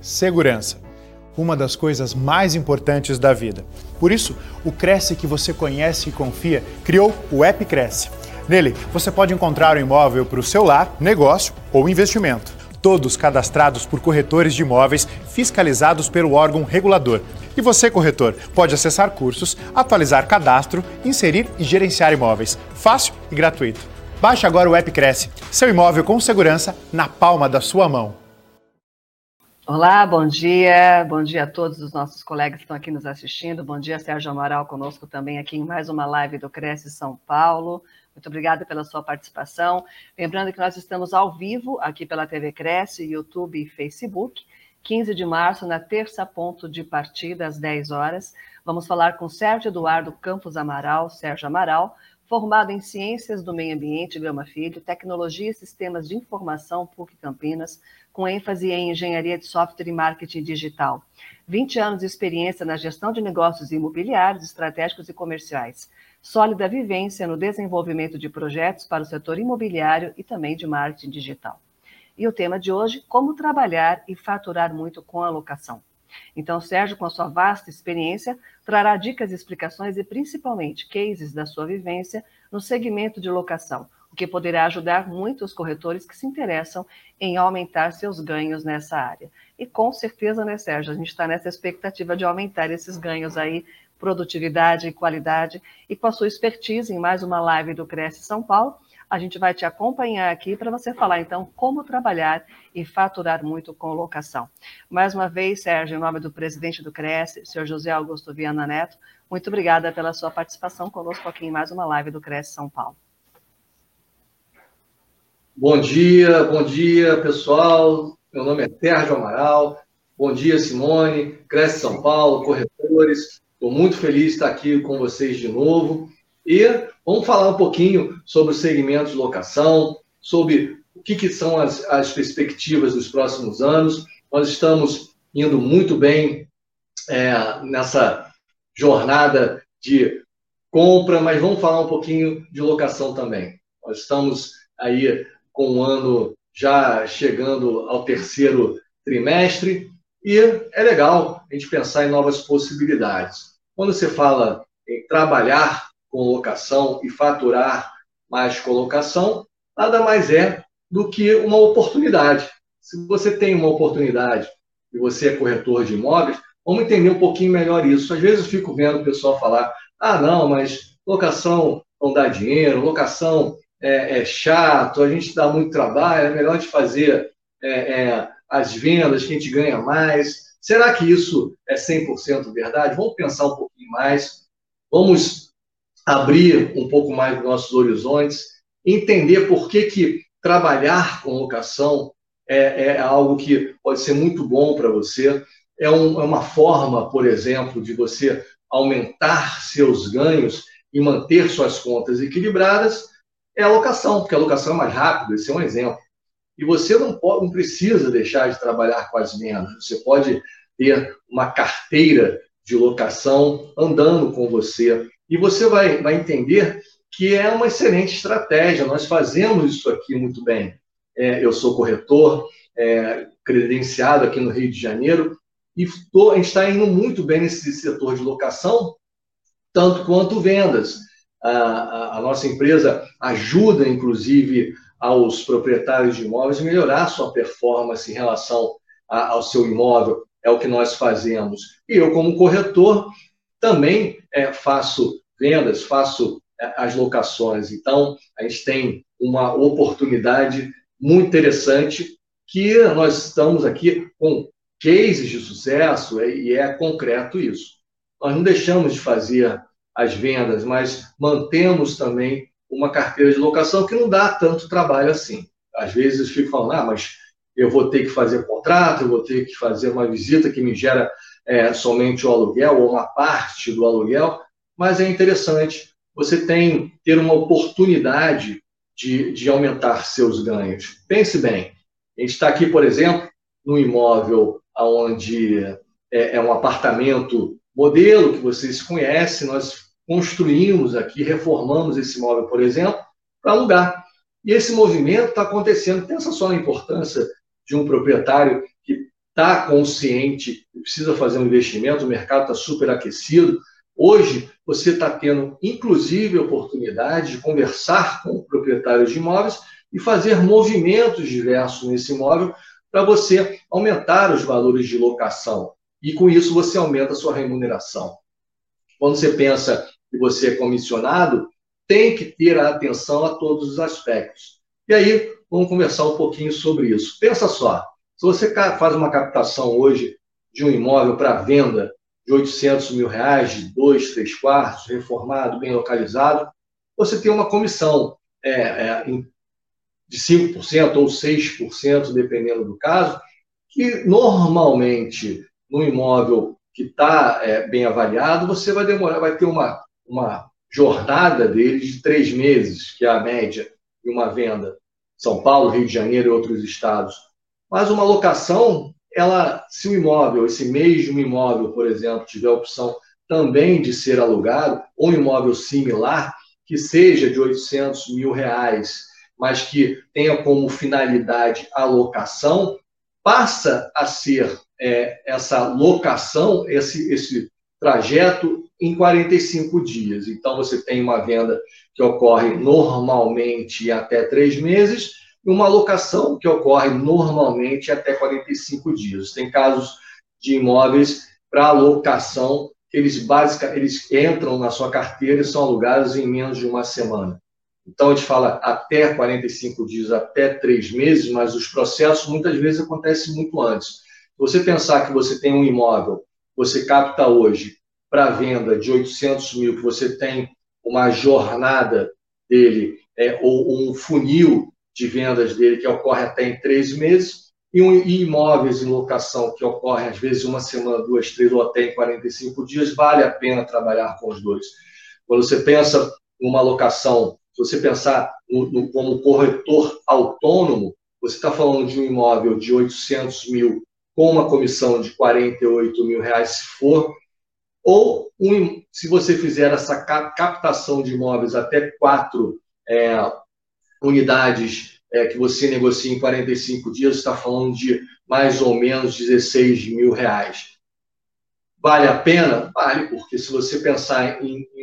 segurança. Uma das coisas mais importantes da vida. Por isso, o Cresce que você conhece e confia criou o App Cresce. Nele, você pode encontrar um imóvel para o seu lar, negócio ou investimento. Todos cadastrados por corretores de imóveis fiscalizados pelo órgão regulador. E você, corretor, pode acessar cursos, atualizar cadastro, inserir e gerenciar imóveis. Fácil e gratuito. Baixe agora o App Cresce. Seu imóvel com segurança na palma da sua mão. Olá, bom dia a todos os nossos colegas que estão aqui nos assistindo. Bom dia, Sérgio Amaral, conosco também aqui em mais uma live do Cresce São Paulo. Muito obrigada pela sua participação. Lembrando que nós estamos ao vivo aqui pela TV Cresce, YouTube e Facebook, 15 de março, na terça ponto de partida, às 10 horas. Vamos falar com Sérgio Eduardo Campos Amaral, Sérgio Amaral, formado em Ciências do Meio Ambiente, Gama Filho, Tecnologia e Sistemas de Informação, PUC Campinas, com ênfase em Engenharia de Software e Marketing Digital. 20 anos de experiência na gestão de negócios imobiliários, estratégicos e comerciais. Sólida vivência no desenvolvimento de projetos para o setor imobiliário e também de marketing digital. E o tema de hoje, como trabalhar e faturar muito com a locação. Então, Sérgio, com a sua vasta experiência, trará dicas e explicações e, principalmente, cases da sua vivência no segmento de locação, o que poderá ajudar muito os corretores que se interessam em aumentar seus ganhos nessa área. E, com certeza, né, Sérgio, a gente está nessa expectativa de aumentar esses ganhos aí, produtividade e qualidade, e com a sua expertise em mais uma live do Cresce São Paulo, a gente vai te acompanhar aqui para você falar, então, como trabalhar e faturar muito com locação. Mais uma vez, Sérgio, em nome do presidente do Cresce, senhor José Augusto Viana Neto, muito obrigada pela sua participação conosco aqui em mais uma live do Cresce São Paulo. Bom dia, pessoal. Meu nome é Sérgio Amaral. Bom dia, Simone, Cresce São Paulo, corretores. Estou muito feliz de estar aqui com vocês de novo. E vamos falar um pouquinho sobre o segmento de locação, sobre o que são as perspectivas dos próximos anos. Nós estamos indo muito bem nessa jornada de compra, mas vamos falar um pouquinho de locação também. Nós estamos aí com o ano já chegando ao terceiro trimestre e é legal a gente pensar em novas possibilidades. Quando você fala em trabalhar com locação e faturar mais com locação, nada mais é do que uma oportunidade. Se você tem uma oportunidade e você é corretor de imóveis, vamos entender um pouquinho melhor isso. Às vezes eu fico vendo o pessoal falar, não, mas locação não dá dinheiro, locação é chato, a gente dá muito trabalho, é melhor de fazer as vendas que a gente ganha mais. Será que isso é 100% verdade? Vamos pensar um pouquinho mais, vamos abrir um pouco mais os nossos horizontes, entender por que trabalhar com locação é algo que pode ser muito bom para você. É uma forma, por exemplo, de você aumentar seus ganhos e manter suas contas equilibradas, é a locação, porque a locação é mais rápida, esse é um exemplo. E você não precisa deixar de trabalhar com as vendas, você pode ter uma carteira de locação andando com você, e você vai entender que é uma excelente estratégia. Nós fazemos isso aqui muito bem. Eu sou corretor, credenciado aqui no Rio de Janeiro, e a gente está indo muito bem nesse setor de locação, tanto quanto vendas. A nossa empresa ajuda, inclusive, aos proprietários de imóveis a melhorar sua performance em relação ao seu imóvel. É o que nós fazemos. E eu, como corretor, também faço vendas, faço as locações. Então, a gente tem uma oportunidade muito interessante que nós estamos aqui com cases de sucesso e é concreto isso. Nós não deixamos de fazer as vendas, mas mantemos também uma carteira de locação que não dá tanto trabalho assim. Às vezes eu fico falando, mas eu vou ter que fazer contrato, eu vou ter que fazer uma visita que me gera somente o aluguel ou uma parte do aluguel, mas é interessante. Você ter uma oportunidade de aumentar seus ganhos. Pense bem, a gente está aqui, por exemplo, num imóvel onde é um apartamento modelo que vocês conhecem, nós construímos aqui, reformamos esse imóvel, por exemplo, para alugar. E esse movimento está acontecendo. Pensa só na importância de um proprietário que está consciente que precisa fazer um investimento, o mercado está super aquecido. Hoje, você está tendo, inclusive, a oportunidade de conversar com proprietários de imóveis e fazer movimentos diversos nesse imóvel para você aumentar os valores de locação. E, com isso, você aumenta a sua remuneração. Quando você pensa que você é comissionado, tem que ter a atenção a todos os aspectos. E aí, vamos conversar um pouquinho sobre isso. Pensa só, se você faz uma captação hoje de um imóvel para venda de R$800 mil, de 2, 3 quartos, reformado, bem localizado, você tem uma comissão de 5% ou 6%, dependendo do caso, que normalmente, no imóvel que está bem avaliado, você vai ter uma jornada dele de 3 meses, que é a média de uma venda. São Paulo, Rio de Janeiro e outros estados. Mas uma locação, se o imóvel, esse mesmo imóvel, por exemplo, tiver a opção também de ser alugado, ou um imóvel similar, que seja de R$800 mil, mas que tenha como finalidade a locação, passa a ser essa locação, esse trajeto em 45 dias. Então, você tem uma venda que ocorre normalmente em até 3 meses e uma locação que ocorre normalmente até 45 dias. Tem casos de imóveis para locação que eles entram na sua carteira e são alugados em menos de uma semana. Então, a gente fala até 45 dias, até 3 meses, mas os processos muitas vezes acontecem muito antes. Se você pensar que você tem um imóvel, você capta hoje para venda de 800 mil, que você tem uma jornada dele, ou um funil de vendas dele que ocorre até em 3 meses, e imóveis em locação que ocorrem às vezes 1 semana, 2, 3 ou até em 45 dias, vale a pena trabalhar com os dois. Quando você pensa numa locação, se você pensar como corretor autônomo, você está falando de um imóvel de 800 mil com uma comissão de 48 mil reais, se for, ou se você fizer essa captação de imóveis até 4 unidades que você negocia em 45 dias, está falando de mais ou menos 16 mil reais. Vale a pena? Vale, porque se você pensar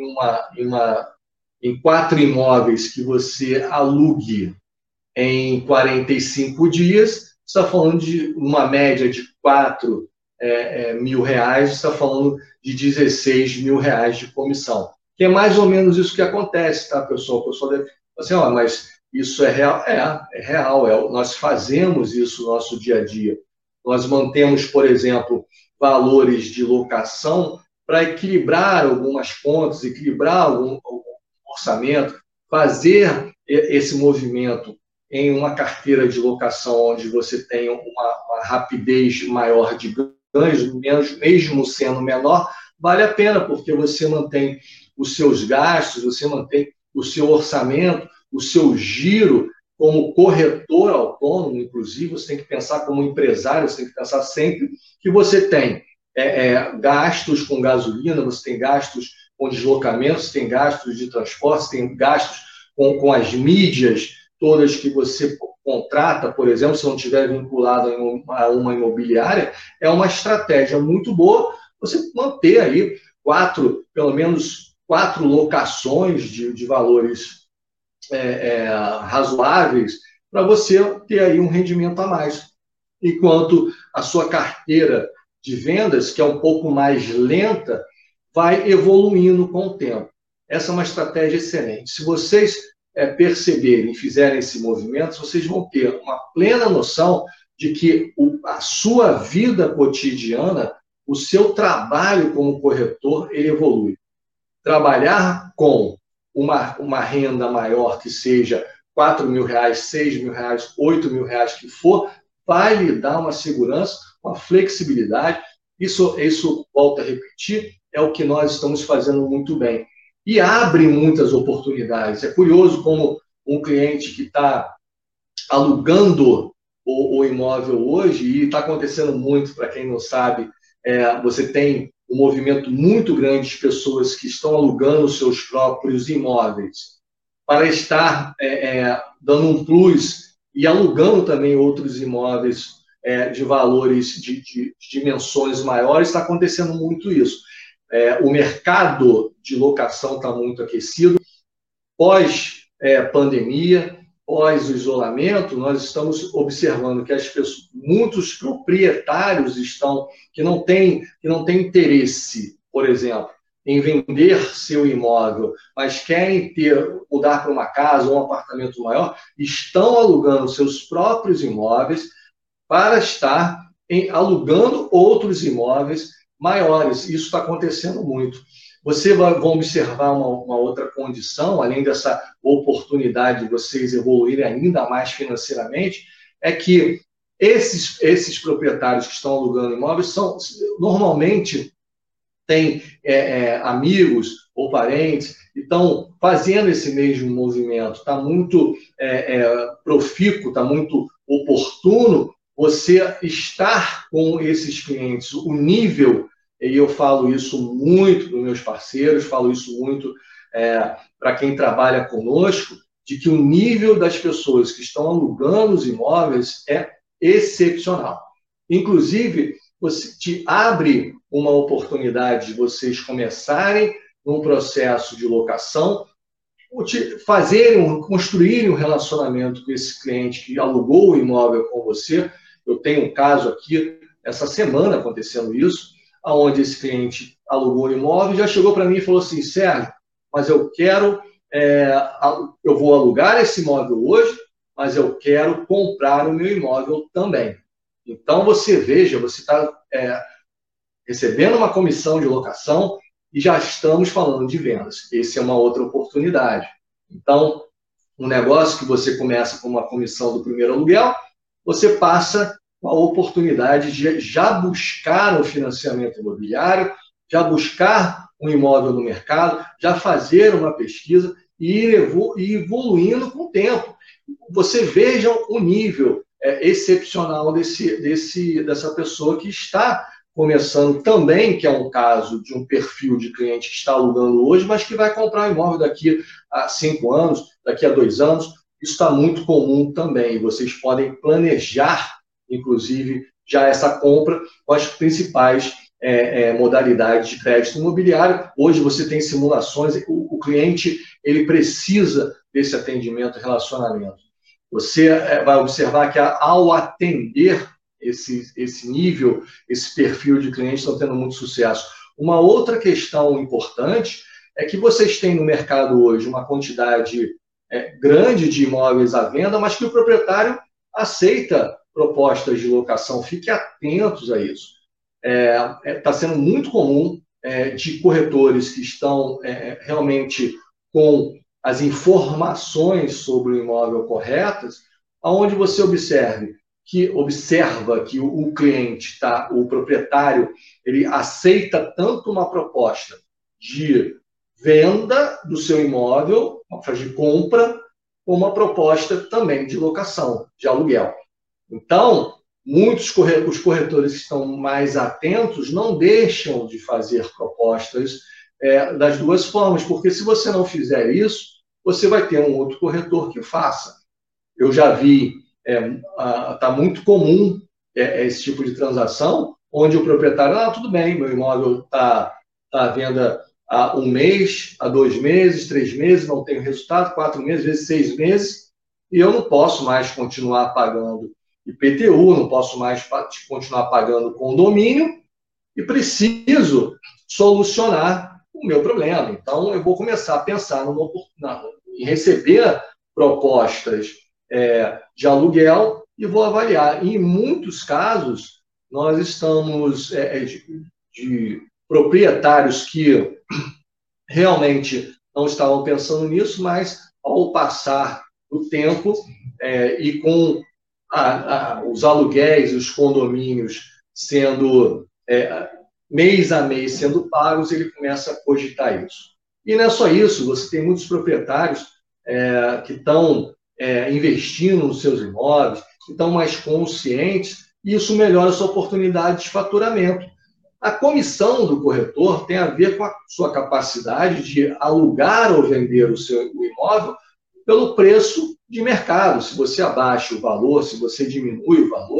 em 4 imóveis que você alugue em 45 dias, você está falando de uma média de 4 mil reais, você está falando de 16 mil reais de comissão. Que é mais ou menos isso que acontece, tá, pessoal? O pessoal deve falar assim, mas isso é real? É real. Nós fazemos isso no nosso dia a dia. Nós mantemos, por exemplo, valores de locação para equilibrar algumas contas, equilibrar algum orçamento, fazer esse movimento em uma carteira de locação onde você tem uma rapidez maior de ganhos, mesmo sendo menor, vale a pena, porque você mantém os seus gastos, você mantém o seu orçamento, o seu giro como corretor autônomo, inclusive, você tem que pensar como empresário, você tem que pensar sempre que você tem gastos com gasolina, você tem gastos com deslocamento, você tem gastos de transporte, você tem gastos com as mídias todas que você contrata, por exemplo, se não estiver vinculado a uma imobiliária, é uma estratégia muito boa você manter aí pelo menos 4 locações de valores razoáveis para você ter aí um rendimento a mais. Enquanto a sua carteira de vendas, que é um pouco mais lenta, vai evoluindo com o tempo. Essa é uma estratégia excelente. Se vocês perceberem e fizerem esse movimento, vocês vão ter uma plena noção de que a sua vida cotidiana, o seu trabalho como corretor, ele evolui. Trabalhar com uma renda maior, que seja 4 mil reais, 6 mil reais, 8 mil reais, que for, vai lhe dar uma segurança, uma flexibilidade. Isso, volto a repetir, é o que nós estamos fazendo muito bem. E abre muitas oportunidades. É curioso como um cliente que está alugando o imóvel hoje, e está acontecendo muito, para quem não sabe, você tem um movimento muito grande de pessoas que estão alugando seus próprios imóveis para estar dando um plus e alugando também outros imóveis de valores de dimensões maiores, está acontecendo muito isso. O mercado de locação está muito aquecido. Pós-pandemia, pós-isolamento, nós estamos observando que muitos proprietários que não têm interesse, por exemplo, em vender seu imóvel, mas querem mudar para uma casa ou um apartamento maior, estão alugando seus próprios imóveis para estar alugando outros imóveis maiores. Isso está acontecendo muito. Você vai observar uma outra condição, além dessa oportunidade de vocês evoluírem ainda mais financeiramente, é que esses proprietários que estão alugando imóveis normalmente têm amigos ou parentes que estão fazendo esse mesmo movimento. Está muito profícuo, está muito oportuno você estar com esses clientes. O nível, e eu falo isso muito para os meus parceiros, falo isso muito para quem trabalha conosco, de que o nível das pessoas que estão alugando os imóveis é excepcional. Inclusive, você te abre uma oportunidade de vocês começarem um processo de locação, construírem um relacionamento com esse cliente que alugou o imóvel com você. Eu tenho um caso aqui, essa semana acontecendo isso, onde esse cliente alugou o imóvel, já chegou para mim e falou assim: Sérgio, mas eu vou alugar esse imóvel hoje, mas eu quero comprar o meu imóvel também. Então, você está recebendo uma comissão de locação e já estamos falando de vendas. Essa é uma outra oportunidade. Então, um negócio que você começa com uma comissão do primeiro aluguel, você passa a oportunidade de já buscar o financiamento imobiliário, já buscar um imóvel no mercado, já fazer uma pesquisa e ir evoluindo com o tempo. Você veja o nível excepcional dessa pessoa que está começando também, que é um caso de um perfil de cliente que está alugando hoje, mas que vai comprar um imóvel daqui a 5 anos, daqui a 2 anos. Isso está muito comum também. Vocês podem planejar, inclusive, já essa compra com as principais modalidades de crédito imobiliário. Hoje você tem simulações, o cliente ele precisa desse atendimento e relacionamento. Você vai observar que ao atender esse nível, esse perfil de cliente, estão tendo muito sucesso. Uma outra questão importante é que vocês têm no mercado hoje uma quantidade grande de imóveis à venda, mas que o proprietário aceita propostas de locação. Fiquem atentos a isso. Está sendo muito comum de corretores que estão realmente com as informações sobre o imóvel corretas, onde você observa que o cliente, o proprietário, ele aceita tanto uma proposta de venda do seu imóvel, uma proposta de compra, como uma proposta também de locação, de aluguel. Então, os corretores que estão mais atentos não deixam de fazer propostas das duas formas, porque se você não fizer isso, você vai ter um outro corretor que faça. Eu já vi, está muito comum esse tipo de transação, onde o proprietário, tudo bem, meu imóvel está à venda há 1 mês, há 2 meses, 3 meses, não tenho resultado, 4 meses, às vezes 6 meses, e eu não posso mais continuar pagando IPTU, não posso mais continuar pagando condomínio, e preciso solucionar o meu problema. Então, eu vou começar a pensar em receber propostas de aluguel e vou avaliar. E, em muitos casos, nós estamos de proprietários que realmente não estavam pensando nisso, mas ao passar do tempo e com os aluguéis e os condomínios sendo mês a mês sendo pagos, ele começa a cogitar isso. E não é só isso, você tem muitos proprietários que estão investindo nos seus imóveis, que estão mais conscientes, e isso melhora a sua oportunidade de faturamento. A comissão do corretor tem a ver com a sua capacidade de alugar ou vender o imóvel pelo preço de mercado. Se você abaixa o valor, se você diminui o valor,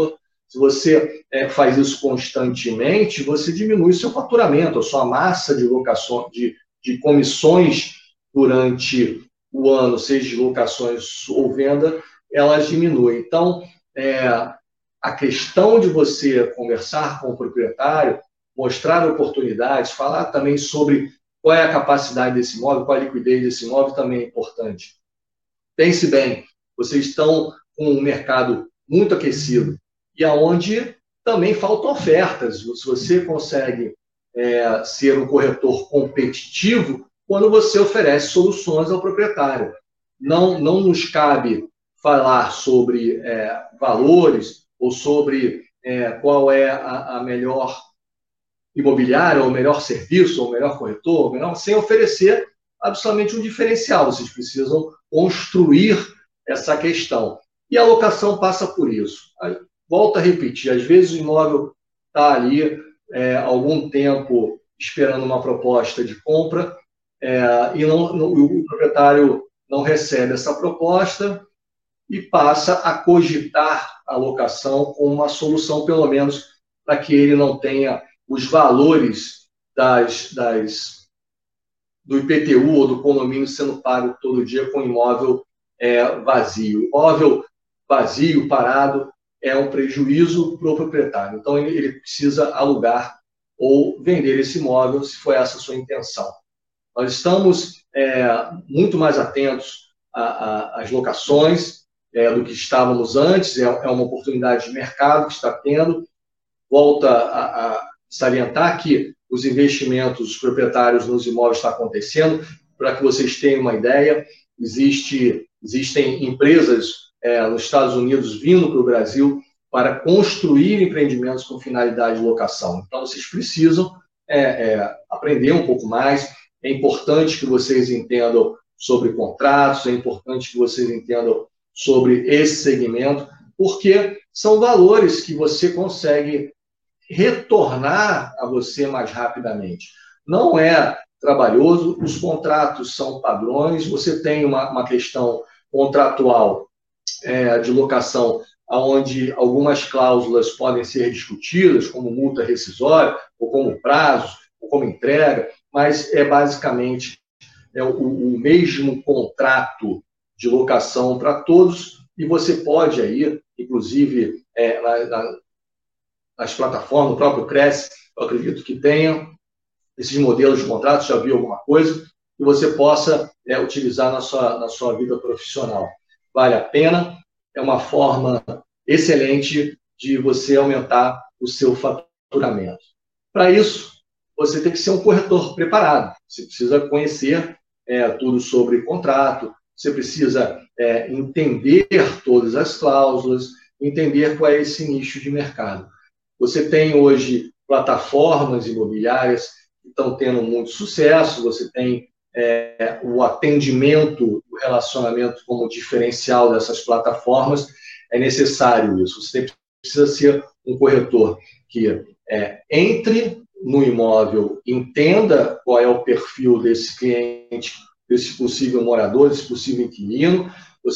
Se você faz isso constantemente, você diminui seu faturamento, a sua massa de locação, de comissões durante o ano, seja de locações ou venda, elas diminuem. Então, a questão de você conversar com o proprietário, mostrar oportunidades, falar também sobre qual é a capacidade desse imóvel, qual é a liquidez desse imóvel também é importante. Pense bem, vocês estão com um mercado muito aquecido e aonde também faltam ofertas. Se você consegue ser um corretor competitivo quando você oferece soluções ao proprietário. Não nos cabe falar sobre valores ou sobre qual é a melhor imobiliária, ou o melhor serviço, ou o melhor corretor, sem oferecer absolutamente um diferencial. Vocês precisam construir essa questão. E a locação passa por isso. Volto a repetir, às vezes o imóvel está ali algum tempo esperando uma proposta de compra e o proprietário não recebe essa proposta e passa a cogitar a locação como uma solução, pelo menos, para que ele não tenha os valores do IPTU ou do condomínio sendo pago todo dia com imóvel vazio. Imóvel vazio, parado, é um prejuízo para o proprietário. Então, ele precisa alugar ou vender esse imóvel, se for essa a sua intenção. Nós estamos muito mais atentos às locações do que estávamos antes, é uma oportunidade de mercado que está tendo. Volta a salientar que os investimentos dos proprietários nos imóveis estão acontecendo. Para que vocês tenham uma ideia, existem empresas nos Estados Unidos vindo para o Brasil para construir empreendimentos com finalidade de locação. Então, vocês precisam aprender um pouco mais. É importante que vocês entendam sobre contratos, é importante que vocês entendam sobre esse segmento, porque são valores que você consegue retornar a você mais rapidamente. Não é trabalhoso, os contratos são padrões, você tem uma questão contratual de locação, onde algumas cláusulas podem ser discutidas, como multa rescisória, ou como prazo, ou como entrega, mas basicamente o mesmo contrato de locação para todos, e você pode aí, inclusive, nas plataformas, o próprio Cresce, eu acredito que tenha esses modelos de contrato, já vi alguma coisa, que você possa utilizar na sua vida profissional. Vale a pena, é uma forma excelente de você aumentar o seu faturamento. Para isso, você tem que ser um corretor preparado, você precisa conhecer tudo sobre contrato, você precisa entender todas as cláusulas, entender qual é esse nicho de mercado. Você tem hoje plataformas imobiliárias que estão tendo muito sucesso, você tem o atendimento, o relacionamento como diferencial dessas plataformas, é necessário isso. Você precisa ser um corretor que entre no imóvel, entenda qual é o perfil desse cliente, desse possível morador, desse possível inquilino.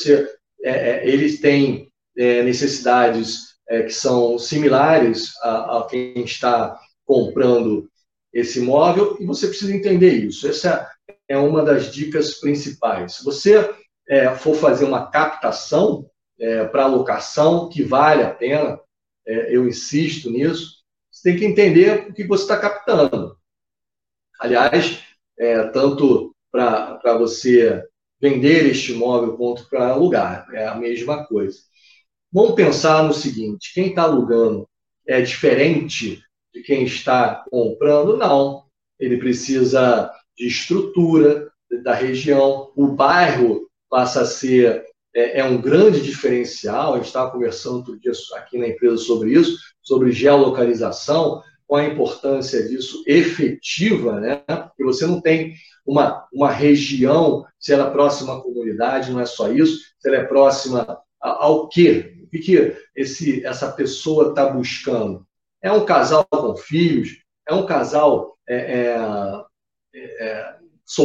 Eles têm necessidades que são similares a quem está comprando esse imóvel, e você precisa entender isso. Essa é uma das dicas principais. Se você for fazer uma captação para locação, que vale a pena, eu insisto nisso, você tem que entender o que você está captando. Aliás, tanto para você vender este imóvel quanto para alugar, é a mesma coisa. Vamos pensar no seguinte, quem está alugando é diferente de quem está comprando? Não. Ele precisa de estrutura da região, o bairro passa a ser um grande diferencial. A gente estava conversando outro dia aqui na empresa sobre isso, sobre geolocalização, qual a importância disso efetiva, né? Porque você não tem uma região, se ela é próxima à comunidade, não é só isso, se ela é próxima ao quê? O que essa pessoa está buscando? É um casal com filhos? É um casal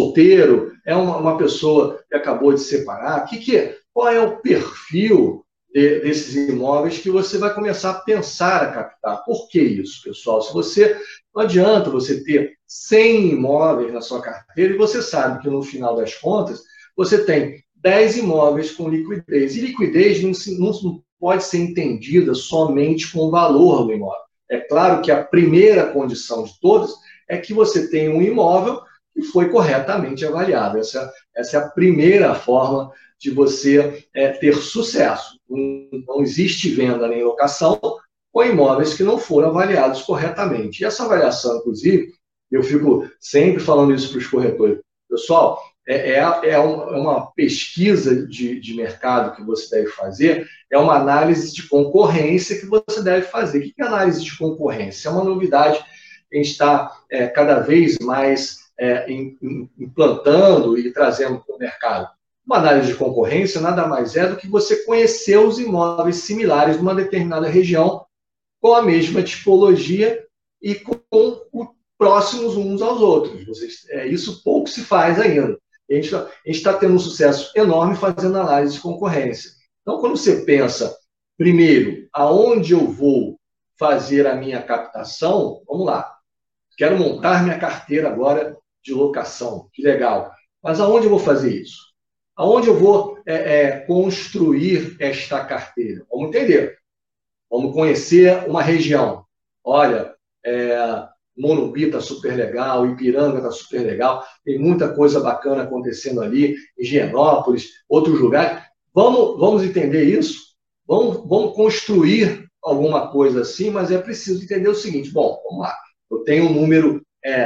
solteiro? É uma pessoa que acabou de separar? Qual é o perfil desses imóveis que você vai começar a pensar a captar. Por que isso, pessoal? Não adianta você ter 100 imóveis na sua carteira e você sabe que no final das contas você tem 10 imóveis com liquidez. E liquidez não pode ser entendida somente com o valor do imóvel. É claro que a primeira condição de todas é que você tenha um imóvel que foi corretamente avaliado. Essa é a primeira forma de você ter sucesso. Não existe venda nem locação com imóveis que não foram avaliados corretamente. E essa avaliação, inclusive, eu fico sempre falando isso para os corretores. Pessoal, é uma pesquisa de mercado que você deve fazer, é uma análise de concorrência que você deve fazer. O que é análise de concorrência? É uma novidade que a gente está cada vez mais implantando e trazendo para o mercado. Uma análise de concorrência nada mais é do que você conhecer os imóveis similares de uma determinada região com a mesma tipologia e com próximos uns aos outros. Isso pouco se faz ainda. A gente está tendo um sucesso enorme fazendo análise de concorrência. Então, quando você pensa, primeiro, aonde eu vou fazer a minha captação, vamos lá. Quero montar minha carteira agora de locação. Que legal. Mas aonde eu vou fazer isso? Aonde eu vou construir esta carteira? Vamos entender. Vamos conhecer uma região. Olha, Morumbi está super legal, Ipiranga está super legal, tem muita coisa bacana acontecendo ali, Higienópolis, outros lugares. Vamos entender isso? Vamos construir alguma coisa assim, mas é preciso entender o seguinte. Bom, vamos lá. Eu tenho um número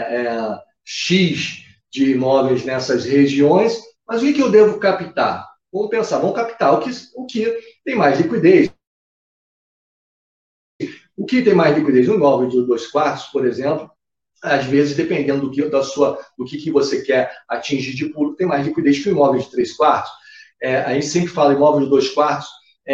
X de imóveis nessas regiões, mas o que eu devo captar? Vamos pensar, vamos captar o que tem mais liquidez. O que tem mais liquidez? Um imóvel de 2 quartos, por exemplo, às vezes, dependendo do que você quer atingir de público, tem mais liquidez que um imóvel de 3 quartos. A gente sempre fala imóvel de 2 quartos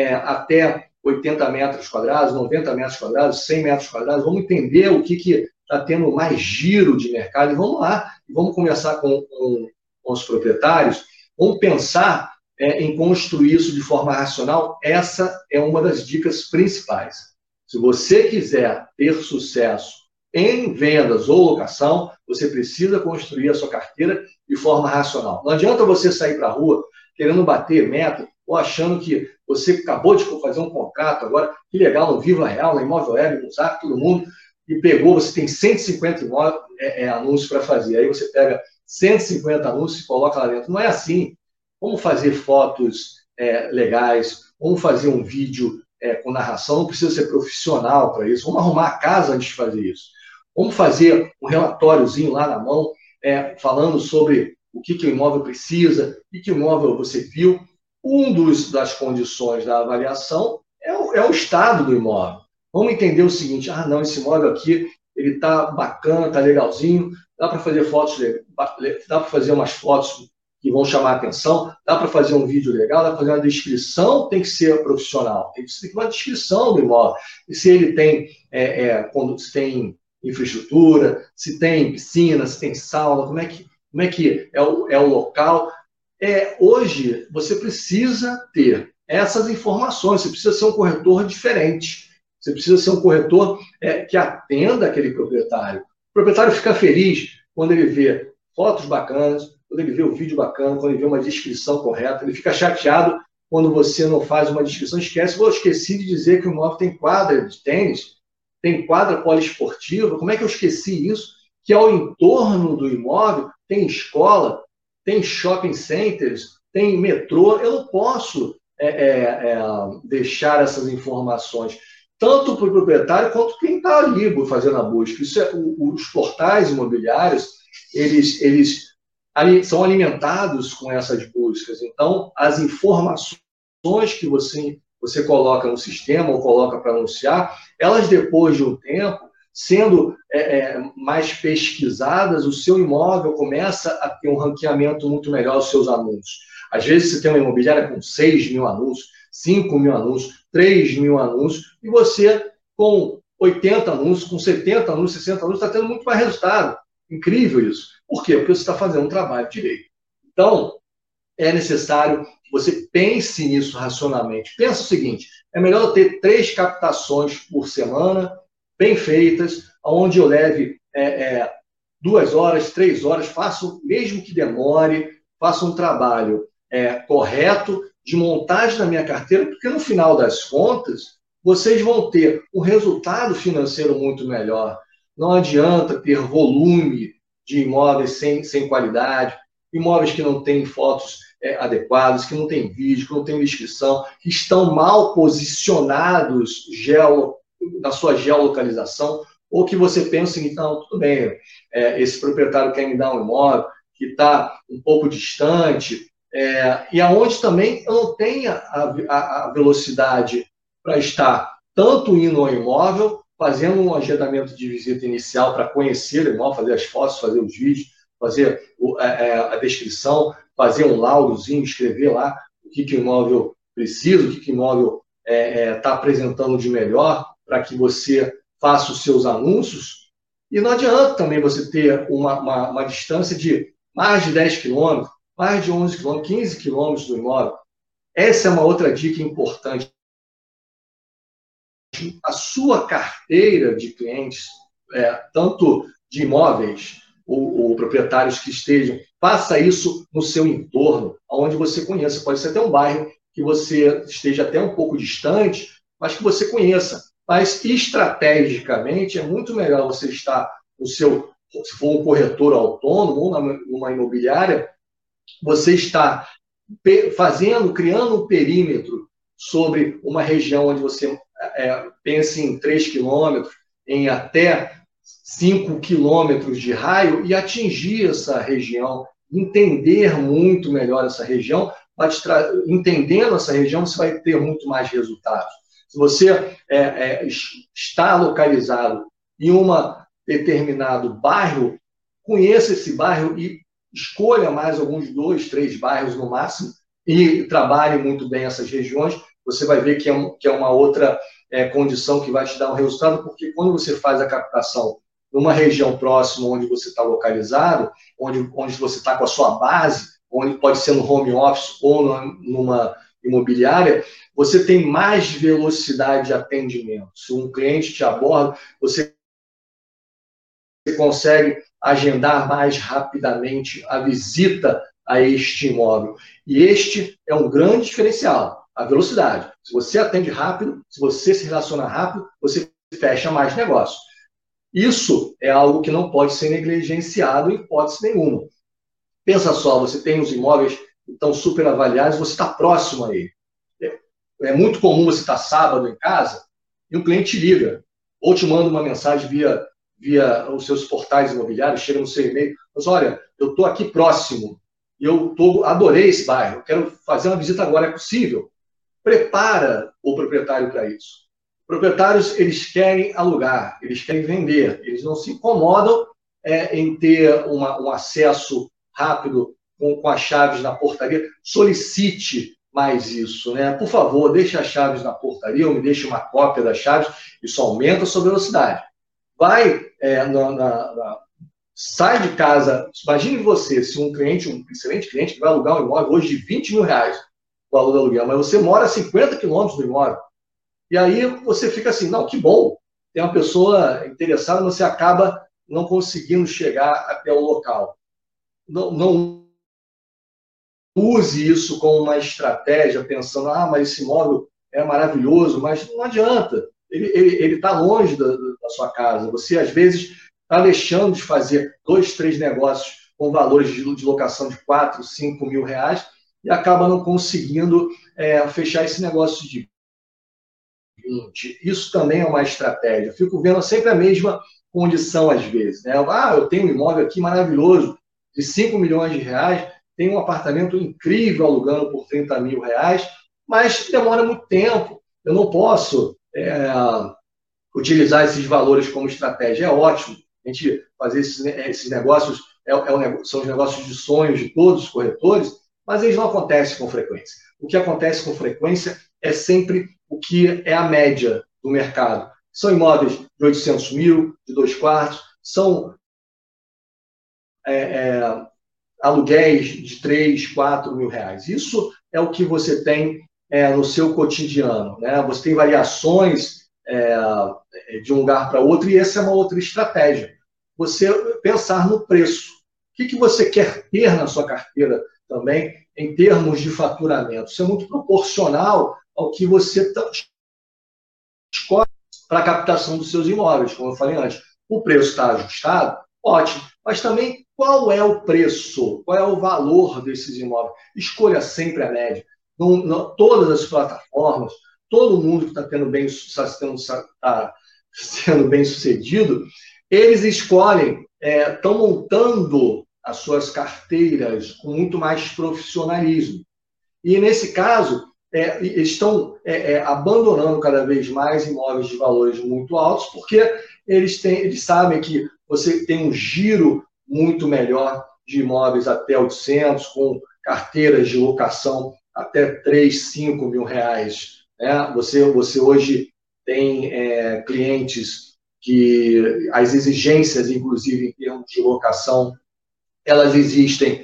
até 80 metros quadrados, 90 metros quadrados, 100 metros quadrados. Vamos entender o que está tendo mais giro de mercado. E vamos lá, vamos conversar com os proprietários, vamos pensar em construir isso de forma racional. Essa é uma das dicas principais. Se você quiser ter sucesso em vendas ou locação, você precisa construir a sua carteira de forma racional. Não adianta você sair para a rua querendo bater meta ou achando que você acabou de fazer um contrato agora, que legal, no Viva Real, na Imóvel Web, no Zap, todo mundo, e pegou, você tem 150 anúncios para fazer. Aí você pega 150 anúncios e coloca lá dentro. Não é assim. Vamos fazer fotos legais, vamos fazer um vídeo com narração, não precisa ser profissional para isso. Vamos arrumar a casa antes de fazer isso. Vamos fazer um relatóriozinho lá na mão, falando sobre o que o imóvel precisa, o que o imóvel você viu. Das condições da avaliação é o estado do imóvel. Vamos entender o seguinte, não, esse imóvel aqui, ele está bacana, está legalzinho, dá para fazer fotos, dá para fazer umas fotos que vão chamar a atenção, dá para fazer um vídeo legal, dá para fazer uma descrição, tem que ser profissional, tem que ter uma descrição do imóvel, e se ele tem, se tem infraestrutura, se tem piscina, se tem sauna, como é que é o local. Hoje, você precisa ter essas informações, você precisa ser um corretor diferente, você precisa ser um corretor que atenda aquele proprietário. O proprietário fica feliz quando ele vê fotos bacanas, quando ele vê um vídeo bacana, quando ele vê uma descrição correta. Ele fica chateado quando você não faz uma descrição. Esqueci de dizer que o imóvel tem quadra de tênis, tem quadra poliesportiva. Como é que eu esqueci isso? Que ao entorno do imóvel tem escola, tem shopping centers, tem metrô. Eu não posso deixar essas informações tanto para o proprietário quanto quem está ali fazendo a busca. Os portais imobiliários, eles são alimentados com essas buscas. Então, as informações que você coloca no sistema ou coloca para anunciar, elas, depois de um tempo, sendo mais pesquisadas, o seu imóvel começa a ter um ranqueamento muito melhor dos seus anúncios. Às vezes, você tem uma imobiliária com 6 mil anúncios, 5 mil anúncios, 3 mil anúncios, e você, com 80 anúncios, com 70 anúncios, 60 anúncios, está tendo muito mais resultado. Incrível isso. Por quê? Porque você está fazendo um trabalho direito. Então, é necessário que você pense nisso racionalmente. Pensa o seguinte, é melhor eu ter 3 captações por semana, bem feitas, onde eu leve 2 horas, 3 horas, faço, mesmo que demore, faço um trabalho correto de montagem da minha carteira, porque no final das contas, vocês vão ter um resultado financeiro muito melhor. Não adianta ter volume de imóveis sem qualidade, imóveis que não têm fotos adequadas, que não têm vídeo, que não têm descrição, que estão mal posicionados na sua geolocalização, ou que você pensa, então, tudo bem, esse proprietário quer me dar um imóvel que está um pouco distante, e aonde também eu não tenha a velocidade para estar tanto indo ao imóvel, fazendo um agendamento de visita inicial para conhecer o imóvel, fazer as fotos, fazer os vídeos, fazer a descrição, fazer um laudozinho, escrever lá o que o imóvel precisa, o que o imóvel está apresentando de melhor para que você faça os seus anúncios. E não adianta também você ter uma distância de mais de 10 quilômetros, mais de 11 quilômetros, 15 quilômetros do imóvel. Essa é uma outra dica importante. A sua carteira de clientes, tanto de imóveis ou proprietários que estejam, faça isso no seu entorno, onde você conheça. Pode ser até um bairro que você esteja até um pouco distante, mas que você conheça. Mas, estrategicamente, é muito melhor você estar se for um corretor autônomo ou numa imobiliária, você está criando um perímetro sobre uma região onde você pense em 3 quilômetros, em até 5 quilômetros de raio e atingir essa região, entender muito melhor essa região. Entendendo essa região, você vai ter muito mais resultados. Se você está localizado em um determinado bairro, conheça esse bairro e escolha mais alguns 2, 3 bairros no máximo e trabalhe muito bem essas regiões. Você vai ver que é uma outra condição que vai te dar um resultado, porque quando você faz a captação numa região próxima onde você está localizado, onde você está com a sua base, onde pode ser no home office ou numa imobiliária, você tem mais velocidade de atendimento. Se um cliente te aborda, você consegue agendar mais rapidamente a visita a este imóvel. E este é um grande diferencial, a velocidade. Se você atende rápido, se você se relaciona rápido, você fecha mais negócio. Isso é algo que não pode ser negligenciado em hipótese nenhuma. Pensa só, você tem os imóveis que estão super avaliados, você está próximo a ele. É muito comum você estar sábado em casa e um cliente te liga ou te manda uma mensagem via os seus portais imobiliários, chega no seu e-mail, mas olha, eu estou aqui próximo e adorei esse bairro, eu quero fazer uma visita agora, é possível? Prepara o proprietário para isso. Proprietários, eles querem alugar, eles querem vender, eles não se incomodam em ter um acesso rápido com as chaves na portaria. Solicite mais isso, né? Por favor, deixe as chaves na portaria ou me deixe uma cópia das chaves, isso aumenta a sua velocidade. Sai de casa, imagine você, se um excelente cliente que vai alugar um imóvel hoje de 20 mil reais, o valor do aluguel, mas você mora a 50 quilômetros do imóvel. E aí você fica assim, não, que bom, tem uma pessoa interessada, você acaba não conseguindo chegar até o local. Não use isso como uma estratégia, pensando, mas esse imóvel é maravilhoso, mas não adianta. Ele está longe da sua casa. Você, às vezes, está deixando de fazer 2, 3 negócios com valores de locação de 4, 5 mil reais e acaba não conseguindo fechar esse negócio de 20. Isso também é uma estratégia. Eu fico vendo sempre a mesma condição, às vezes. Né? Eu tenho um imóvel aqui maravilhoso, de 5 milhões de reais, tenho um apartamento incrível alugando por 30 mil reais, mas demora muito tempo. Eu não posso utilizar esses valores como estratégia. É ótimo a gente fazer esses negócios, são os negócios de sonhos de todos os corretores, mas eles não acontecem com frequência. O que acontece com frequência é sempre o que é a média do mercado. São imóveis de 800 mil, de 2 quartos, são aluguéis de 3, 4 mil reais. Isso é o que você tem no seu cotidiano, né? Você tem variações de um lugar para outro, e essa é uma outra estratégia. Você pensar no preço. O que você quer ter na sua carteira também, em termos de faturamento? Isso é muito proporcional ao que você escolhe para a captação dos seus imóveis, como eu falei antes. O preço está ajustado? Ótimo. Mas também, qual é o preço? Qual é o valor desses imóveis? Escolha sempre a média. Todas as plataformas, todo mundo que está sendo bem sucedido, eles escolhem, estão montando as suas carteiras com muito mais profissionalismo. E, nesse caso, estão abandonando cada vez mais imóveis de valores muito altos, porque eles sabem que você tem um giro muito melhor de imóveis até 800, com carteiras de locação até 3, 5 mil reais. Né? Você hoje tem clientes que as exigências, inclusive em termos de locação, elas existem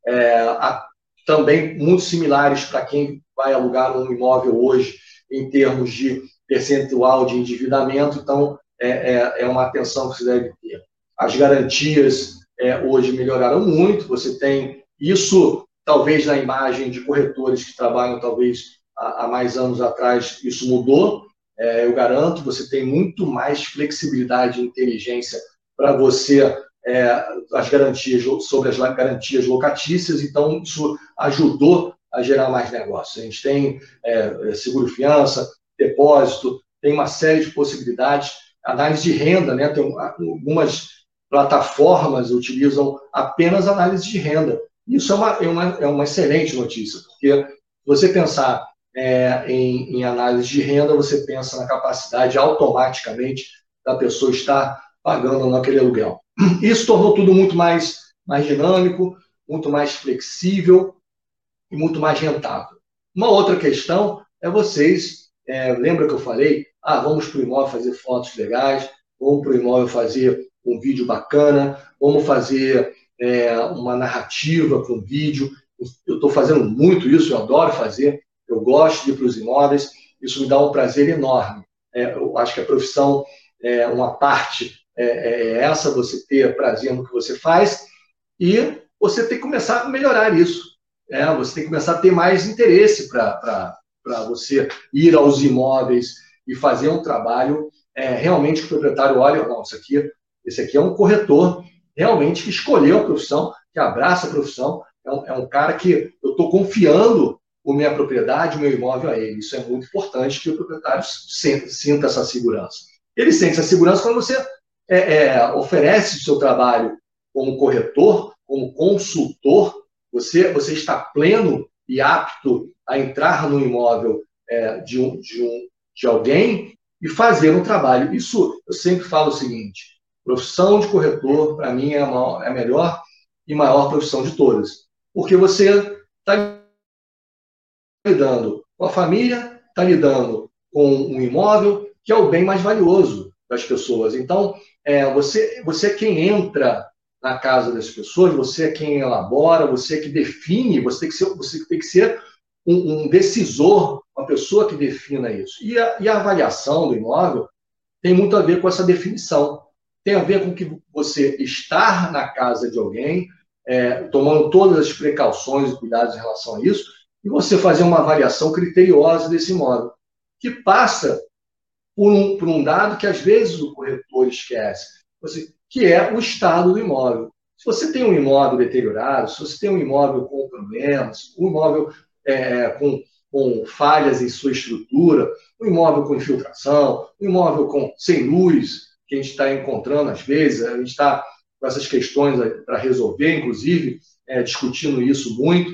também muito similares para quem vai alugar um imóvel hoje em termos de percentual de endividamento. Então, é uma atenção que se deve ter. As garantias hoje melhoraram muito. Você tem isso, talvez na imagem de corretores que trabalham, talvez há mais anos atrás, isso mudou. Eu garanto, você tem muito mais flexibilidade e inteligência para você as garantias, sobre as garantias locatícias. Então, isso ajudou a gerar mais negócios. A gente tem seguro-fiança, depósito, tem uma série de possibilidades. Análise de renda, né? Tem algumas plataformas utilizam apenas análise de renda. Isso é uma excelente notícia, porque se você pensar em análise de renda, você pensa na capacidade automaticamente da pessoa estar pagando naquele aluguel. Isso tornou tudo muito mais dinâmico, muito mais flexível e muito mais rentável. Uma outra questão é vocês, lembra que eu falei, vamos para o imóvel fazer fotos legais, vamos para o imóvel fazer um vídeo bacana, vamos fazer uma narrativa com vídeo. Eu estou fazendo muito isso, eu adoro fazer, eu gosto de ir para os imóveis, isso me dá um prazer enorme. Eu acho que a profissão, uma parte essa, você ter prazer no que você faz, e você tem que começar a melhorar isso. Você tem que começar a ter mais interesse para você ir aos imóveis e fazer um trabalho realmente que o proprietário olha, não, esse aqui é um corretor realmente que escolheu a profissão, que abraça a profissão, é um cara que eu estou confiando a minha propriedade, o meu imóvel a ele. Isso é muito importante, que o proprietário sinta essa segurança. Ele sente essa segurança quando você oferece o seu trabalho como corretor, como consultor. Você está pleno e apto a entrar no imóvel de alguém e fazer um trabalho. Isso, eu sempre falo o seguinte: profissão de corretor, para mim, é a melhor e maior profissão de todas. Porque você está lidando com a família, está lidando com um imóvel, que é o bem mais valioso das pessoas. Então, você é quem entra na casa das pessoas, você é quem elabora, você é que define, você tem que ser um decisor, uma pessoa que defina isso. E a avaliação do imóvel tem muito a ver com essa definição. Tem a ver com que você estar na casa de alguém, tomando todas as precauções e cuidados em relação a isso, e você fazer uma avaliação criteriosa desse imóvel, que passa por um dado que às vezes o corretor esquece, que é o estado do imóvel. Se você tem um imóvel deteriorado, se você tem um imóvel com problemas, um imóvel com falhas em sua estrutura, um imóvel com infiltração, um imóvel sem luz, que a gente está encontrando às vezes, a gente está com essas questões para resolver, inclusive, discutindo isso muito,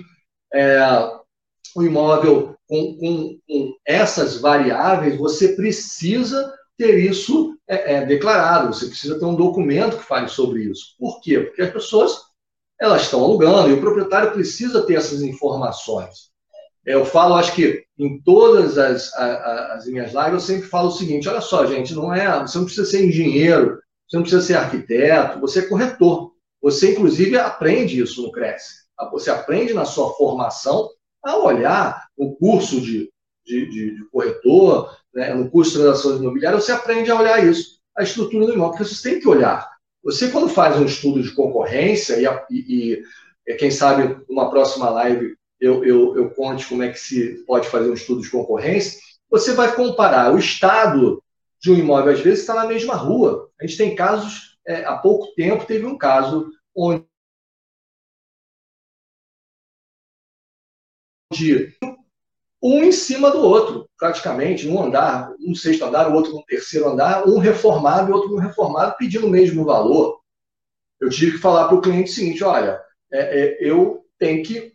o imóvel com essas variáveis, você precisa ter isso declarado, você precisa ter um documento que fale sobre isso. Por quê? Porque as pessoas elas estão alugando e o proprietário precisa ter essas informações. Eu falo, acho que em todas as minhas lives, eu sempre falo o seguinte: olha só, gente, você não precisa ser engenheiro, você não precisa ser arquiteto, você é corretor. Você, inclusive, aprende isso no Cresce. Você aprende na sua formação a olhar no curso de corretor, né, no curso de transações imobiliárias, você aprende a olhar isso, a estrutura do imóvel, porque você tem que olhar. Você, quando faz um estudo de concorrência, e quem sabe, numa próxima live, eu conte como é que se pode fazer um estudo de concorrência, você vai comparar o estado de um imóvel, às vezes, está na mesma rua. A gente tem casos, há pouco tempo, teve um caso onde um em cima do outro, praticamente, num andar, um sexto andar, o outro no terceiro andar, um reformado e outro não reformado, pedindo o mesmo valor. Eu tive que falar para o cliente o seguinte, olha, eu tenho que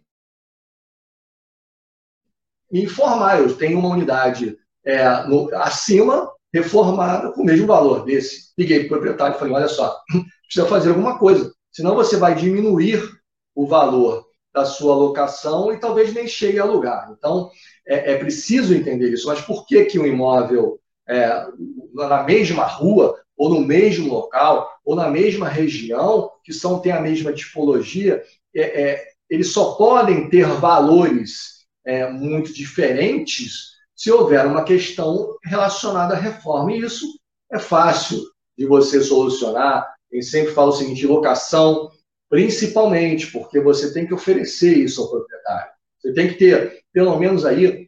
me informar, eu tenho uma unidade acima, reformada, com o mesmo valor desse. Liguei para o proprietário e falei, olha só, precisa fazer alguma coisa, senão você vai diminuir o valor da sua locação e talvez nem chegue a lugar. Então, é preciso entender isso. Mas por que que um imóvel na mesma rua, ou no mesmo local, ou na mesma região, que têm a mesma tipologia, eles só podem ter valores muito diferentes se houver uma questão relacionada à reforma. E isso é fácil de você solucionar. Eu sempre falo o seguinte, locação, principalmente, porque você tem que oferecer isso ao proprietário. Você tem que ter, pelo menos aí,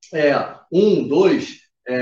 1, 2,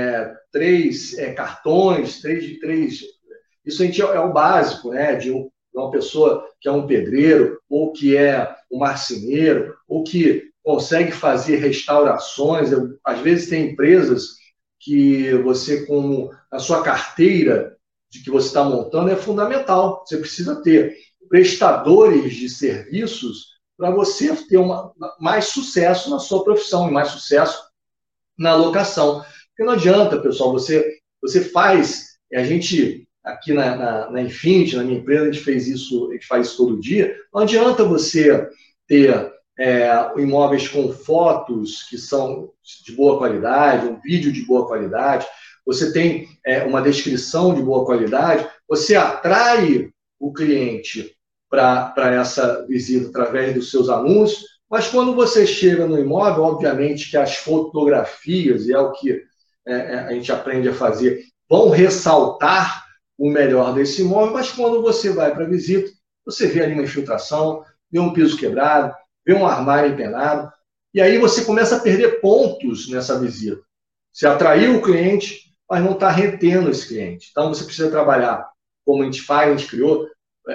3 cartões, 3. Isso a gente é o básico, né? De uma pessoa que é um pedreiro, ou que é um marceneiro, ou que consegue fazer restaurações. Às vezes tem empresas que você, como a sua carteira de que você está montando, é fundamental. Você precisa ter prestadores de serviços para você ter mais sucesso na sua profissão e mais sucesso na locação. Porque não adianta, pessoal, você faz, a gente aqui na Infinity, na minha empresa, a gente faz isso todo dia, não adianta você ter imóveis com fotos que são de boa qualidade, um vídeo de boa qualidade, você tem uma descrição de boa qualidade, você atrai o cliente para essa visita através dos seus anúncios, mas quando você chega no imóvel, obviamente que as fotografias, e é o que a gente aprende a fazer, vão ressaltar o melhor desse imóvel, mas quando você vai para a visita, você vê ali uma infiltração, vê um piso quebrado, vê um armário empenado, e aí você começa a perder pontos nessa visita. Você atraiu o cliente, mas não está retendo esse cliente. Então, você precisa trabalhar, como a gente faz, a gente criou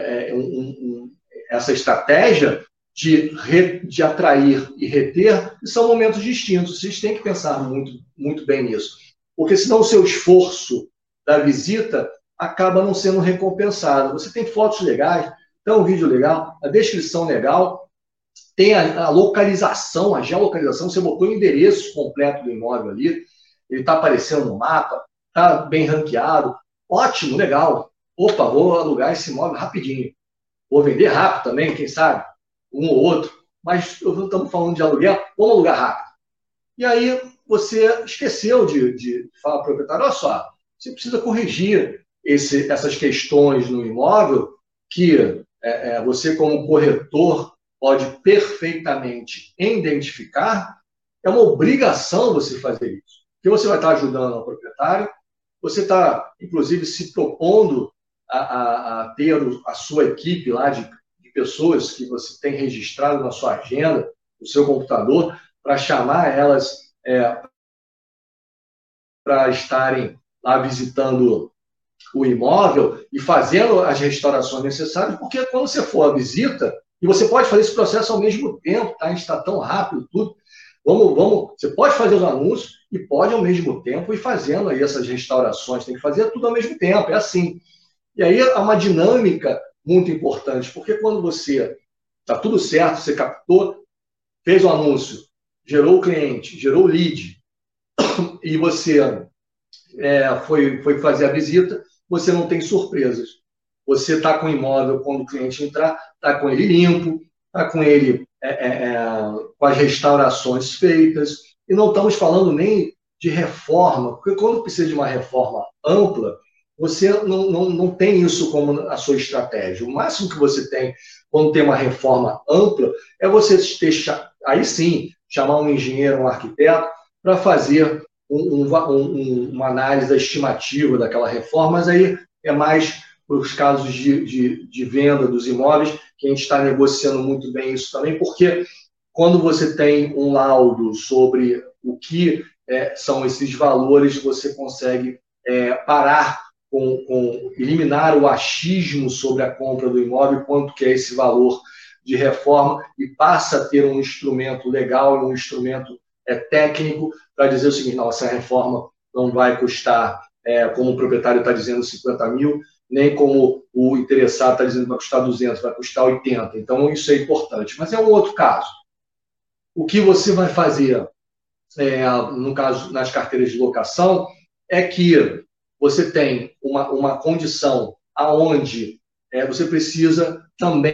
essa estratégia de atrair e reter, e são momentos distintos. Vocês têm que pensar muito, muito bem nisso. Porque senão o seu esforço da visita acaba não sendo recompensado. Você tem fotos legais, tem um vídeo legal, a descrição legal, tem a localização, a geolocalização, você botou o endereço completo do imóvel ali, ele está aparecendo no mapa, está bem ranqueado, ótimo, legal. Opa, vou alugar esse imóvel rapidinho. Vou vender rápido também, quem sabe, um ou outro, mas estamos falando de aluguel, vamos alugar rápido. E aí você esqueceu de falar para o proprietário, olha só, você precisa corrigir essas questões no imóvel que você, como corretor, pode perfeitamente identificar. É uma obrigação você fazer isso, porque você vai estar ajudando o proprietário, você está, inclusive, se propondo a ter a sua equipe lá de pessoas que você tem registrado na sua agenda, no seu computador, para chamar elas para estarem lá visitando o imóvel e fazendo as restaurações necessárias, porque quando você for à visita, e você pode fazer esse processo ao mesmo tempo, tá? A gente está tão rápido, tudo. Você pode fazer os anúncios e pode, ao mesmo tempo, ir fazendo aí essas restaurações. Tem que fazer tudo ao mesmo tempo, é assim. E aí há uma dinâmica muito importante, porque quando você está tudo certo, você captou, fez o anúncio, gerou o cliente, gerou o lead, e você foi fazer a visita, você não tem surpresas. Você está com o imóvel, quando o cliente entrar, está com ele limpo, está com ele com as restaurações feitas, e não estamos falando nem de reforma, porque quando precisa de uma reforma ampla, você não tem isso como a sua estratégia. O máximo que você tem, quando tem uma reforma ampla, é você aí sim, chamar um engenheiro, um arquiteto, para fazer uma análise estimativa daquela reforma, mas aí é mais para os casos de venda dos imóveis, que a gente está negociando muito bem isso também, porque quando você tem um laudo sobre o que são esses valores, você consegue parar eliminar o achismo sobre a compra do imóvel, quanto que é esse valor de reforma, e passa a ter um instrumento legal, um instrumento técnico para dizer o seguinte: não, essa reforma não vai custar, como o proprietário está dizendo, 50 mil, nem como o interessado está dizendo que vai custar 200, vai custar 80. Então, isso é importante. Mas é um outro caso. O que você vai fazer, no caso, nas carteiras de locação, é que você tem uma condição aonde você precisa também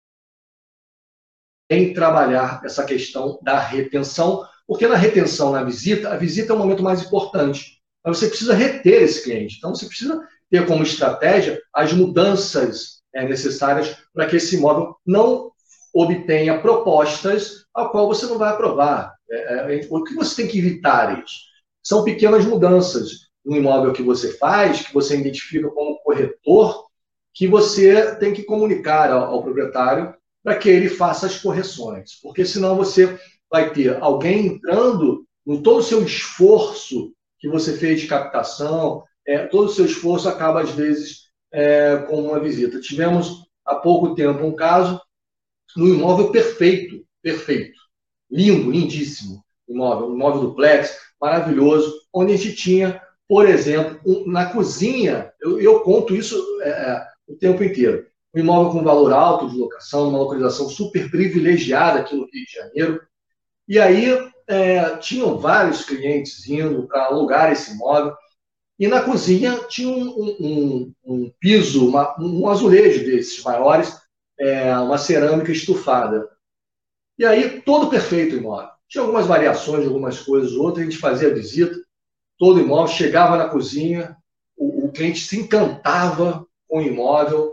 trabalhar essa questão da retenção, porque na retenção, na visita, a visita é o momento mais importante. Mas você precisa reter esse cliente. Então, você precisa ter como estratégia as mudanças necessárias para que esse imóvel não obtenha propostas a qual você não vai aprovar. O que você tem que evitar isso? São pequenas mudanças no imóvel que você faz, que você identifica como corretor, que você tem que comunicar ao proprietário para que ele faça as correções. Porque senão você vai ter alguém entrando no todo o seu esforço que você fez de captação, todo o seu esforço acaba, às vezes, com uma visita. Tivemos, há pouco tempo, um caso no imóvel perfeito, lindo, lindíssimo, um imóvel duplex, maravilhoso, onde a gente tinha, por exemplo, na cozinha, eu conto isso o tempo inteiro, um imóvel com valor alto de locação, uma localização super privilegiada aqui no Rio de Janeiro, e aí tinham vários clientes indo para alugar esse imóvel, e na cozinha tinha um piso, um azulejo desses maiores, uma cerâmica estufada. E aí, todo perfeito o imóvel. Tinha algumas variações, algumas coisas, outras, a gente fazia a visita, todo imóvel, chegava na cozinha, o cliente se encantava com o imóvel,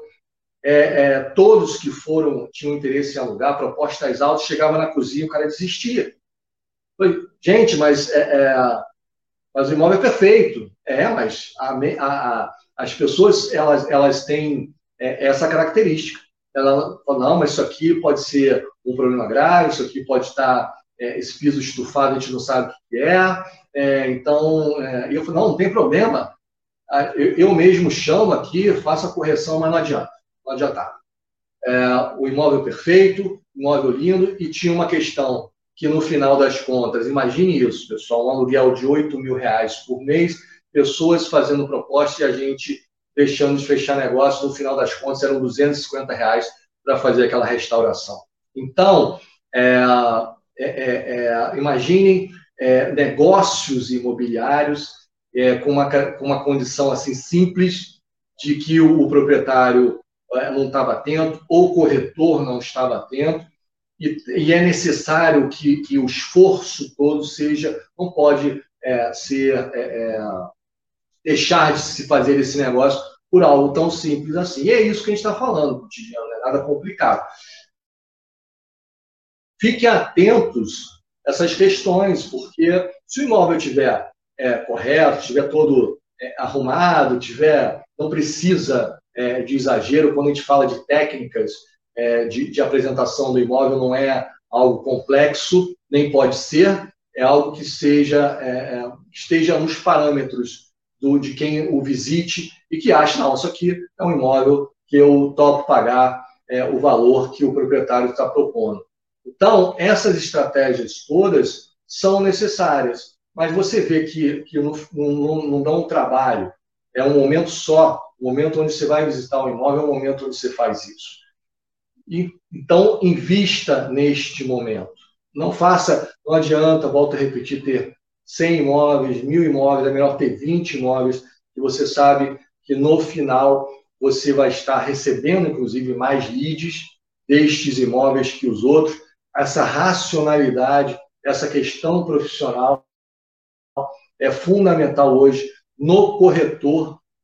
todos que tinham interesse em alugar, propostas altas, chegava na cozinha, o cara desistia. Falei, gente, mas o imóvel é perfeito. Mas as pessoas, elas têm essa característica. Ela fala, não, mas isso aqui pode ser um problema grave, isso aqui pode estar, esse piso estufado, a gente não sabe o que é. Então, eu falo, não tem problema. Eu mesmo chamo aqui, faço a correção, mas não adianta. O imóvel perfeito, imóvel lindo, e tinha uma questão que no final das contas, imagine isso, pessoal, um aluguel de R$8 mil por mês, pessoas fazendo proposta e a gente deixando de fechar negócio, no final das contas eram R$250 para fazer aquela restauração. Então, imaginem negócios imobiliários com uma condição assim simples de que o proprietário não estava atento ou o corretor não estava atento, e é necessário que o esforço todo não pode deixar de se fazer esse negócio por algo tão simples assim. E é isso que a gente está falando, cotidiano, não é nada complicado. Fiquem atentos a essas questões, porque se o imóvel estiver correto, estiver todo arrumado, não precisa de exagero, quando a gente fala de técnicas de apresentação do imóvel, não é algo complexo, nem pode ser, é algo que esteja nos parâmetros de quem o visite e que ache, não, isso aqui é um imóvel que eu topo pagar o valor que o proprietário está propondo. Então, essas estratégias todas são necessárias, mas você vê que não dá um trabalho, é um momento só, o momento onde você vai visitar o imóvel é o momento onde você faz isso. Então, invista neste momento. Não adianta, volto a repetir, ter 100 imóveis, 1000 imóveis, é melhor ter 20 imóveis, que você sabe que no final você vai estar recebendo, inclusive, mais leads destes imóveis que os outros. Essa racionalidade, essa questão profissional é fundamental hoje no corretor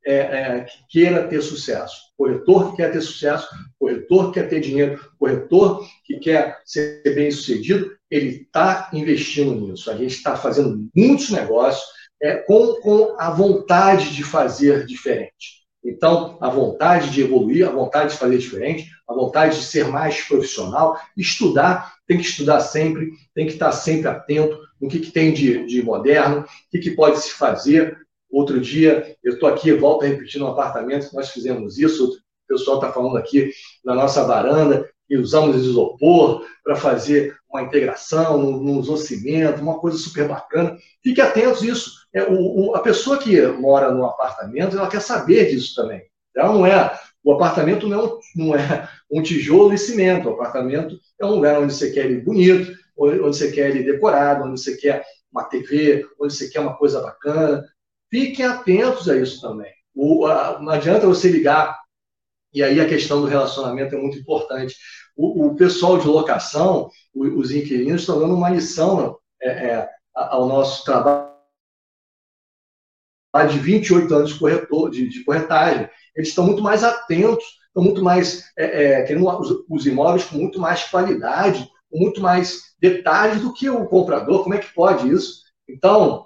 que queira ter sucesso. Corretor que quer ter sucesso, corretor que quer ter dinheiro, corretor que quer ser bem-sucedido, ele está investindo nisso. A gente está fazendo muitos negócios com a vontade de fazer diferente. Então, a vontade de evoluir, a vontade de fazer diferente, a vontade de ser mais profissional, estudar, tem que estudar sempre, tem que estar sempre atento no que tem de moderno, o que pode se fazer. Outro dia, eu estou aqui, volto a repetir no apartamento, nós fizemos isso, o pessoal está falando aqui na nossa varanda, e usamos isopor para fazer uma integração, não usou cimento, uma coisa super bacana. Fique atentos a isso. A pessoa que mora no apartamento, ela quer saber disso também. Então, o apartamento não é um tijolo e cimento. O apartamento é um lugar onde você quer ele bonito, onde você quer ele decorado, onde você quer uma TV, onde você quer uma coisa bacana. Fiquem atentos a isso também. Não adianta você ligar, e aí a questão do relacionamento é muito importante. O pessoal de locação, os inquilinos, estão dando uma lição ao nosso trabalho de 28 anos de corretagem. Eles estão muito mais atentos, estão muito mais querendo os imóveis com muito mais qualidade, com muito mais detalhes do que o comprador. Como é que pode isso? Então,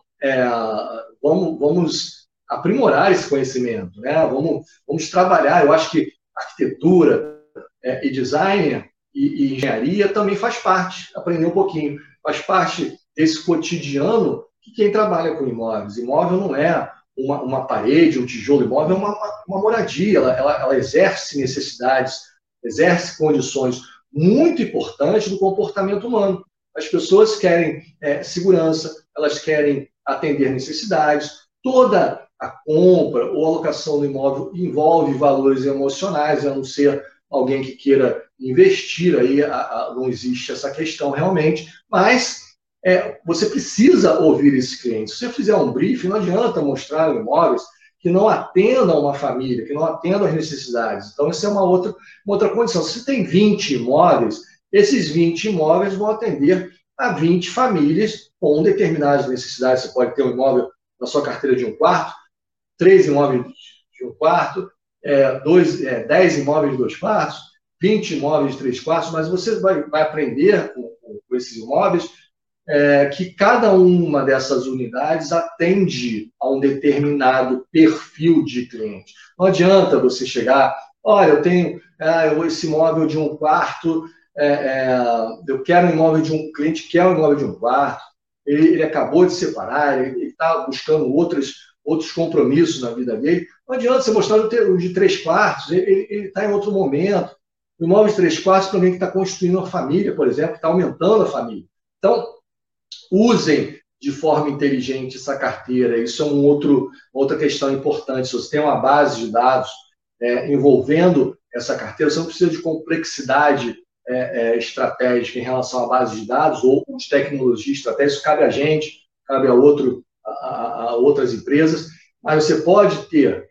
vamos aprimorar esse conhecimento, né? Vamos trabalhar. Eu acho que arquitetura e design e engenharia também faz parte, aprender um pouquinho, faz parte desse cotidiano que quem trabalha com imóveis. Imóvel não é uma parede, um tijolo, imóvel é uma moradia, ela exerce necessidades, exerce condições muito importantes do comportamento humano. As pessoas querem segurança, elas querem atender necessidades. Toda a compra ou alocação do imóvel envolve valores emocionais, a não ser alguém que queira investir, aí não existe essa questão realmente, mas você precisa ouvir esses clientes. Se você fizer um briefing, não adianta mostrar imóveis que não atendam uma família, que não atendam às necessidades. Então, essa é uma outra condição. Se você tem 20 imóveis, esses 20 imóveis vão atender a 20 famílias com determinadas necessidades. Você pode ter um imóvel na sua carteira de um quarto, 3 imóveis de um quarto, 10 imóveis de 2 quartos, 20 imóveis de 3 quartos, mas você vai aprender com esses imóveis que cada uma dessas unidades atende a um determinado perfil de cliente. Não adianta você chegar, olha, eu tenho esse imóvel de um quarto, eu quero um imóvel de um cliente, quer um imóvel de um quarto, ele acabou de separar, ele está buscando outros compromissos na vida dele. Não adianta você mostrar o de 3 quartos, ele está em outro momento. O imóvel de 3 quartos para alguém que está constituindo uma família, por exemplo, que está aumentando a família. Então, usem de forma inteligente essa carteira. Isso é outra questão importante. Se você tem uma base de dados envolvendo essa carteira, você não precisa de complexidade estratégica em relação à base de dados ou de tecnologia estratégica. Isso cabe a gente, cabe a outras empresas, mas você pode ter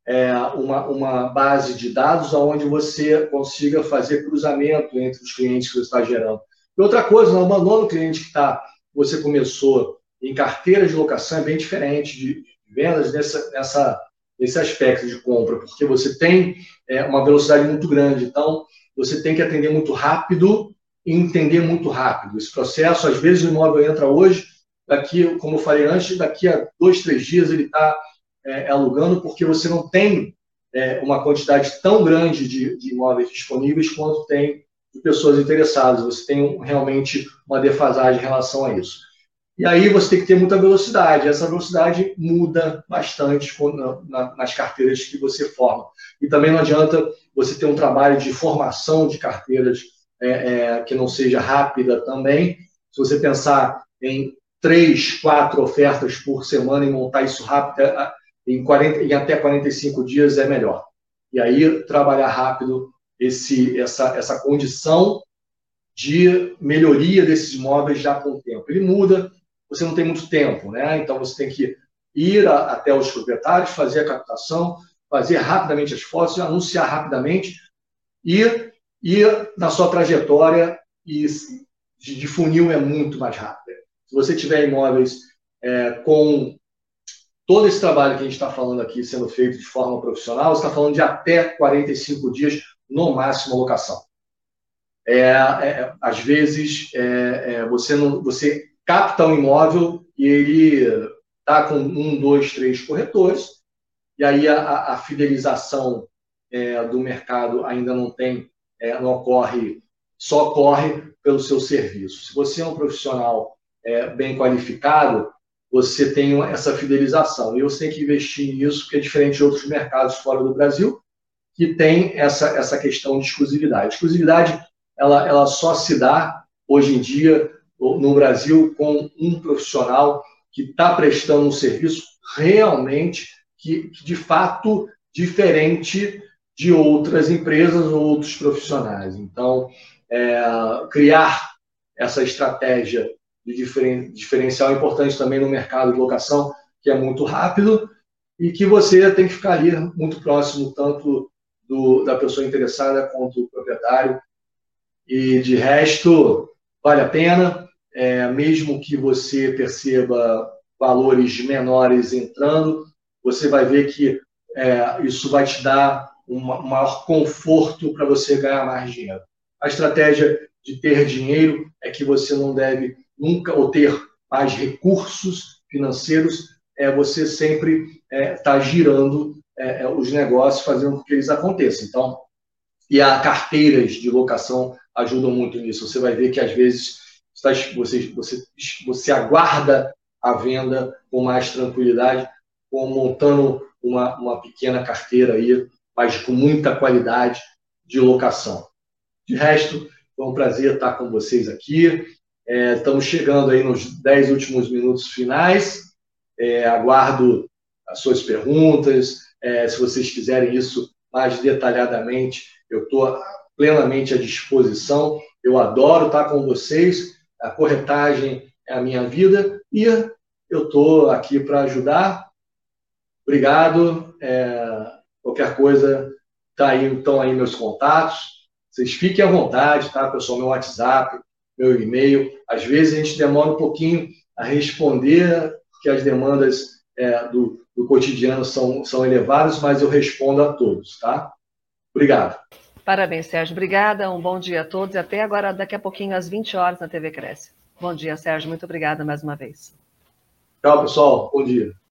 uma base de dados onde você consiga fazer cruzamento entre os clientes que você está gerando. E outra coisa, não abandona o cliente que você começou em carteira de locação, é bem diferente de vendas nesse aspecto de compra, porque você tem uma velocidade muito grande, então você tem que atender muito rápido e entender muito rápido. Esse processo, às vezes o imóvel entra hoje, como eu falei antes, daqui a 2, 3 dias ele está alugando, porque você não tem uma quantidade tão grande de imóveis disponíveis quanto tem de pessoas interessadas. Você tem realmente uma defasagem em relação a isso. E aí você tem que ter muita velocidade. Essa velocidade muda bastante nas carteiras que você forma. E também não adianta você ter um trabalho de formação de carteiras que não seja rápida também. Se você pensar em 3, 4 ofertas por semana e montar isso rápido, em até 45 dias é melhor. E aí trabalhar rápido essa condição de melhoria desses imóveis já com o tempo. Ele muda, você não tem muito tempo, né? Então você tem que ir até os proprietários, fazer a captação, fazer rapidamente as fotos, anunciar rapidamente e na sua trajetória de funil é muito mais rápida. Se você tiver imóveis com todo esse trabalho que a gente está falando aqui sendo feito de forma profissional, você está falando de até 45 dias, no máximo, a locação. Às vezes, você capta um imóvel e ele está com 1, 2, 3 corretores, e aí a fidelização do mercado ainda não ocorre, só ocorre pelo seu serviço. Se você é um profissional bem qualificado, você tem essa fidelização. E você tem que investir nisso, porque é diferente de outros mercados fora do Brasil, que tem essa questão de exclusividade. A exclusividade, ela só se dá, hoje em dia, no Brasil, com um profissional que está prestando um serviço realmente, que de fato, diferente de outras empresas ou outros profissionais. Então, criar essa estratégia de diferencial é importante também no mercado de locação, que é muito rápido e que você tem que ficar ali muito próximo, tanto da pessoa interessada quanto do proprietário. E, de resto, vale a pena, mesmo que você perceba valores menores entrando, você vai ver que isso vai te dar um maior conforto para você ganhar mais dinheiro. A estratégia de ter dinheiro é que você não deve nunca, ou ter mais recursos financeiros, você sempre está girando os negócios, fazendo com que eles aconteçam. Então, e as carteiras de locação ajudam muito nisso. Você vai ver que, às vezes, você aguarda a venda com mais tranquilidade, montando uma pequena carteira aí, mas com muita qualidade de locação. De resto, foi um prazer estar com vocês aqui. Estamos chegando aí nos 10 últimos minutos finais. Aguardo as suas perguntas. Se vocês quiserem isso mais detalhadamente, eu estou plenamente à disposição. Eu adoro estar com vocês. A corretagem é a minha vida e eu estou aqui para ajudar. Obrigado. Qualquer coisa, estão aí meus contatos. Vocês fiquem à vontade, tá, pessoal? Meu WhatsApp, meu e-mail. Às vezes a gente demora um pouquinho a responder, porque as demandas do cotidiano são elevadas, mas eu respondo a todos, tá? Obrigado. Parabéns, Sérgio. Obrigada, um bom dia a todos e até agora, daqui a pouquinho, às 20 horas na TV Cresce. Bom dia, Sérgio. Muito obrigada mais uma vez. Tchau, pessoal. Bom dia.